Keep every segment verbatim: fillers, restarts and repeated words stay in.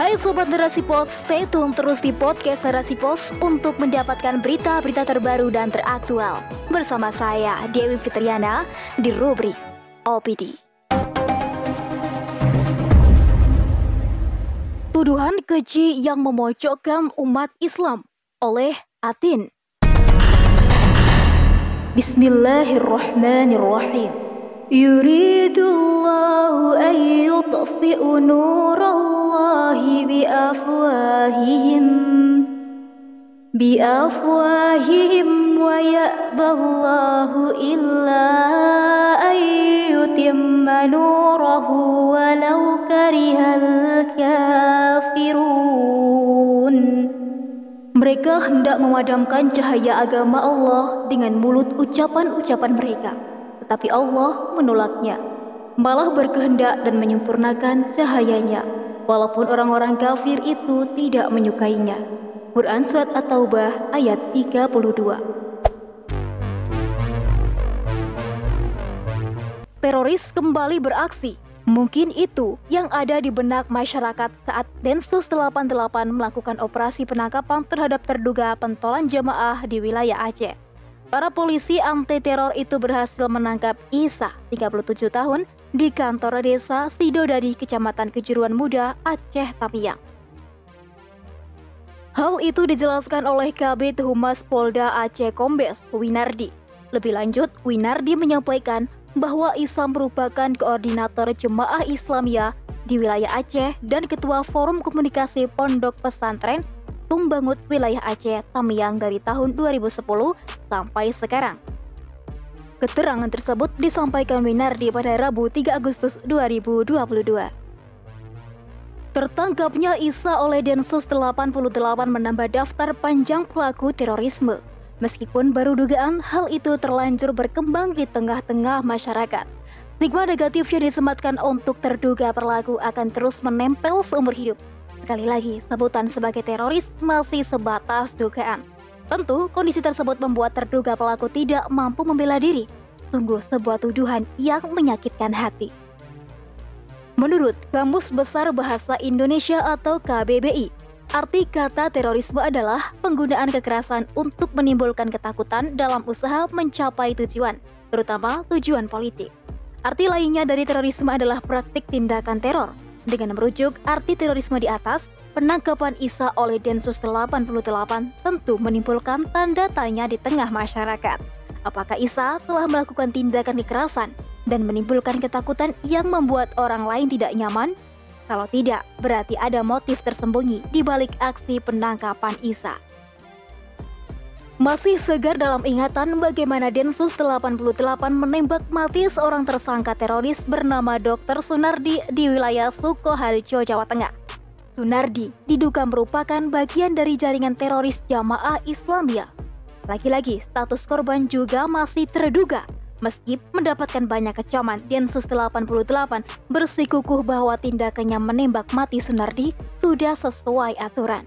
Hai Sobat Narasi Pos, stay tune terus di podcast Narasi Pos untuk mendapatkan berita-berita terbaru dan teraktual. Bersama saya, Dewi Fitriana, di rubrik O P D. Tuduhan keji yang memojokkan umat Islam oleh Atin. Bismillahirrahmanirrahim. Yuridullahu an yutfi'u nurallahi biafwahihim biafwahihim wa ya'ballahu illa an yutimma nurahu walau karihal kafirun. Mereka hendak memadamkan cahaya agama Allah dengan mulut ucapan-ucapan mereka, tetapi Allah menolaknya, malah berkehendak dan menyempurnakan cahayanya, walaupun orang-orang kafir itu tidak menyukainya. Quran Surat At-Taubah ayat tiga puluh dua. Teroris kembali beraksi. Mungkin itu yang ada di benak masyarakat saat Densus delapan puluh delapan melakukan operasi penangkapan terhadap terduga pentolan jamaah di wilayah Aceh. Para polisi anti-teror itu berhasil menangkap Isa, tiga puluh tujuh tahun, di kantor desa Sidodadi, Kecamatan Kejuruan Muda, Aceh Tamiang. Hal itu dijelaskan oleh Kabid Humas Polda Aceh Kombes Winardi. Lebih lanjut, Winardi menyampaikan bahwa Isa merupakan koordinator jemaah Islamiyah di wilayah Aceh dan Ketua Forum Komunikasi Pondok Pesantren Tumbangut wilayah Aceh Tamiang dari tahun dua ribu sepuluh sampai sekarang. Keterangan tersebut disampaikan Winardi pada Rabu tiga Agustus dua ribu dua puluh dua. Tertangkapnya Isa oleh Densus delapan puluh delapan menambah daftar panjang pelaku terorisme. Meskipun baru dugaan, hal itu terlanjur berkembang di tengah-tengah masyarakat. Stigma negatif yang disematkan untuk terduga pelaku akan terus menempel seumur hidup. Sekali lagi, sebutan sebagai teroris masih sebatas dugaan. Tentu, kondisi tersebut membuat terduga pelaku tidak mampu membela diri. Sungguh sebuah tuduhan yang menyakitkan hati. Menurut Kamus Besar Bahasa Indonesia atau K B B I, arti kata terorisme adalah penggunaan kekerasan untuk menimbulkan ketakutan dalam usaha mencapai tujuan, terutama tujuan politik. Arti lainnya dari terorisme adalah praktik tindakan teror. Dengan merujuk arti terorisme di atas, penangkapan Isa oleh Densus delapan puluh delapan tentu menimbulkan tanda tanya di tengah masyarakat. Apakah Isa telah melakukan tindakan kekerasan dan menimbulkan ketakutan yang membuat orang lain tidak nyaman? Kalau tidak, berarti ada motif tersembunyi di balik aksi penangkapan Isa. Masih segar dalam ingatan bagaimana Densus delapan puluh delapan menembak mati seorang tersangka teroris bernama dokter Sunardi di wilayah Sukoharjo, Jawa Tengah. Sunardi diduga merupakan bagian dari jaringan teroris Jamaah Islamiyah. Lagi-lagi, status korban juga masih terduga. Meski mendapatkan banyak kecaman, Densus delapan puluh delapan bersikukuh bahwa tindakannya menembak mati Sunardi sudah sesuai aturan.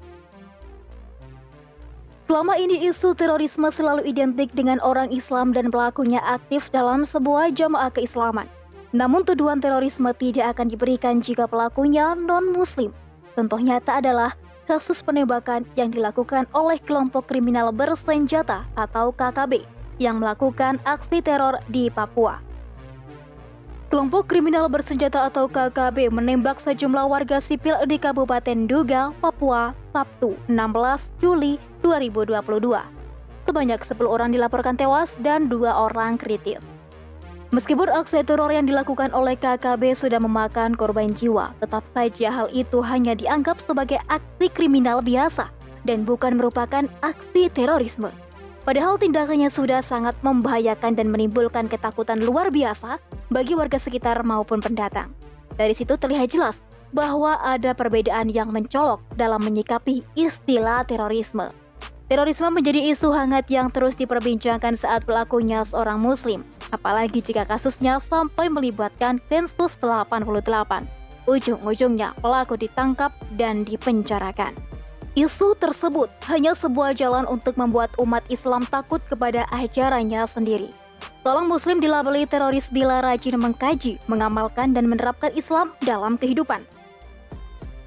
Selama ini isu terorisme selalu identik dengan orang Islam dan pelakunya aktif dalam sebuah jamaah keislaman. Namun tuduhan terorisme tidak akan diberikan jika pelakunya non-muslim. Contoh nyata adalah kasus penembakan yang dilakukan oleh kelompok kriminal bersenjata atau K K B yang melakukan aksi teror di Papua. Kelompok kriminal bersenjata atau K K B menembak sejumlah warga sipil di Kabupaten Duga, Papua, Sabtu enam belas Juli dua ribu dua puluh dua. Sebanyak sepuluh orang dilaporkan tewas dan dua orang kritis. Meskipun aksi teror yang dilakukan oleh K K B sudah memakan korban jiwa, tetap saja hal itu hanya dianggap sebagai aksi kriminal biasa dan bukan merupakan aksi terorisme. Padahal tindakannya sudah sangat membahayakan dan menimbulkan ketakutan luar biasa bagi warga sekitar maupun pendatang. Dari situ terlihat jelas bahwa ada perbedaan yang mencolok dalam menyikapi istilah terorisme. Terorisme menjadi isu hangat yang terus diperbincangkan saat pelakunya seorang muslim, apalagi jika kasusnya sampai melibatkan Densus delapan puluh delapan. Ujung-ujungnya pelaku ditangkap dan dipenjarakan. Isu tersebut hanya sebuah jalan untuk membuat umat Islam takut kepada ajarannya sendiri. Seorang muslim dilabeli teroris bila rajin mengkaji, mengamalkan dan menerapkan Islam dalam kehidupan.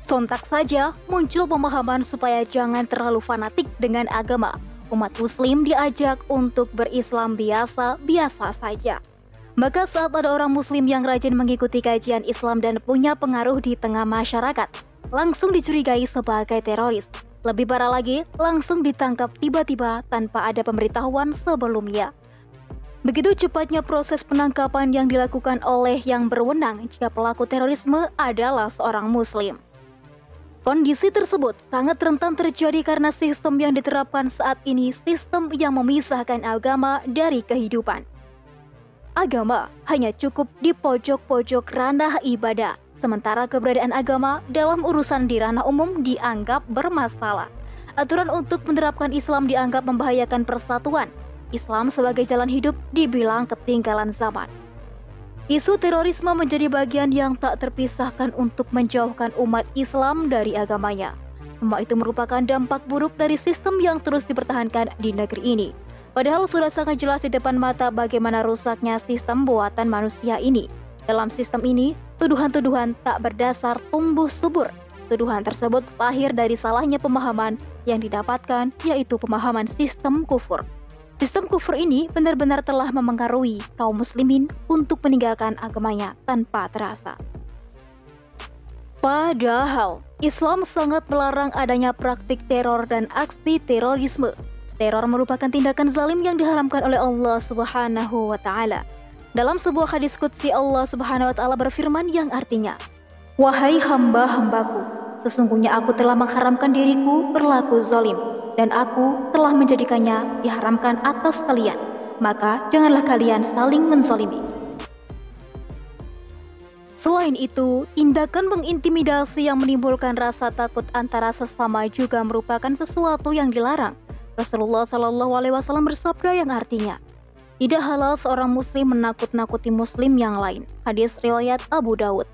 Sontak saja muncul pemahaman supaya jangan terlalu fanatik dengan agama. Umat muslim diajak untuk berislam biasa-biasa saja. Maka saat ada orang muslim yang rajin mengikuti kajian Islam dan punya pengaruh di tengah masyarakat, langsung dicurigai sebagai teroris. Lebih parah lagi, langsung ditangkap tiba-tiba tanpa ada pemberitahuan sebelumnya. Begitu cepatnya proses penangkapan yang dilakukan oleh yang berwenang jika pelaku terorisme adalah seorang muslim. Kondisi tersebut sangat rentan terjadi karena sistem yang diterapkan saat ini sistem yang memisahkan agama dari kehidupan. Agama hanya cukup di pojok-pojok ranah ibadah, sementara keberadaan agama dalam urusan di ranah umum dianggap bermasalah. Aturan untuk menerapkan Islam dianggap membahayakan persatuan. Islam sebagai jalan hidup dibilang ketinggalan zaman. Isu terorisme menjadi bagian yang tak terpisahkan untuk menjauhkan umat Islam dari agamanya. Semua itu merupakan dampak buruk dari sistem yang terus dipertahankan di negeri ini. Padahal sudah sangat jelas di depan mata bagaimana rusaknya sistem buatan manusia ini. Dalam sistem ini, tuduhan-tuduhan tak berdasar tumbuh subur. Tuduhan tersebut lahir dari salahnya pemahaman yang didapatkan, yaitu pemahaman sistem kufur. Sistem kufur ini benar-benar telah memengaruhi kaum muslimin untuk meninggalkan agamanya tanpa terasa. Padahal, Islam sangat melarang adanya praktik teror dan aksi terorisme. Teror merupakan tindakan zalim yang diharamkan oleh Allah Subhanahu wa Ta'ala. Dalam sebuah hadis qudsi, Allah Subhanahu wa Ta'ala berfirman yang artinya, "Wahai hamba-hambaku, sesungguhnya aku telah mengharamkan diriku berlaku zalim, dan aku telah menjadikannya diharamkan atas kalian, maka janganlah kalian saling menzalimi." Selain itu, tindakan mengintimidasi yang menimbulkan rasa takut antara sesama juga merupakan sesuatu yang dilarang. Rasulullah Shallallahu Alaihi Wasallam bersabda yang artinya, "Tidak halal seorang muslim menakut-nakuti muslim yang lain." Hadis riwayat Abu Dawud.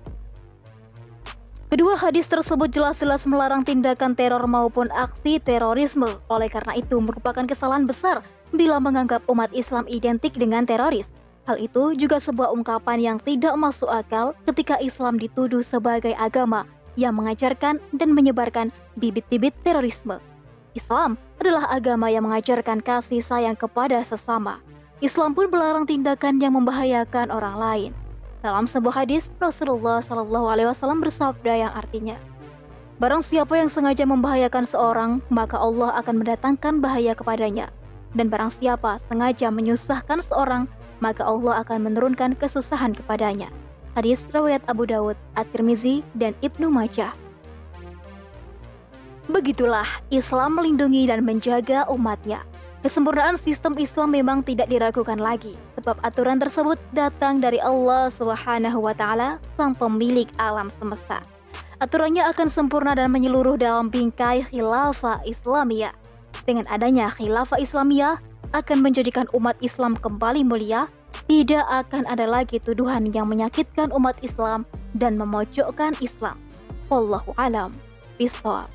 Kedua hadis tersebut jelas-jelas melarang tindakan teror maupun aksi terorisme. Oleh karena itu merupakan kesalahan besar bila menganggap umat Islam identik dengan teroris. Hal itu juga sebuah ungkapan yang tidak masuk akal ketika Islam dituduh sebagai agama yang mengajarkan dan menyebarkan bibit-bibit terorisme. Islam adalah agama yang mengajarkan kasih sayang kepada sesama. Islam pun melarang tindakan yang membahayakan orang lain. Dalam sebuah hadis, Rasulullah Shallallahu Alaihi Wasallam bersabda yang artinya, "Barang siapa yang sengaja membahayakan seorang, maka Allah akan mendatangkan bahaya kepadanya. Dan barang siapa sengaja menyusahkan seorang, maka Allah akan menurunkan kesusahan kepadanya." Hadis riwayat Abu Dawud, At-Tirmizi, dan Ibnu Majah. Begitulah Islam melindungi dan menjaga umatnya. Kesempurnaan sistem Islam memang tidak diragukan lagi, sebab aturan tersebut datang dari Allah Subhanahu wa Ta'ala, sang pemilik alam semesta. Aturannya akan sempurna dan menyeluruh dalam bingkai khilafah Islamiyah. Dengan adanya khilafah Islamiyah akan menjadikan umat Islam kembali mulia, tidak akan ada lagi tuduhan yang menyakitkan umat Islam dan memojokkan Islam. Wallahu a'lam bishawab.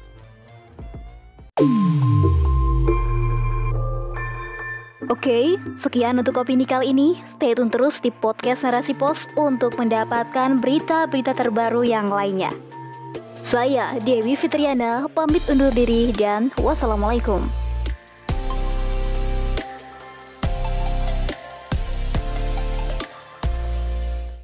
Oke, sekian untuk opini kali ini. Stay tune terus di podcast Narasi Pos untuk mendapatkan berita-berita terbaru yang lainnya. Saya Dewi Fitriana, pamit undur diri dan wassalamualaikum.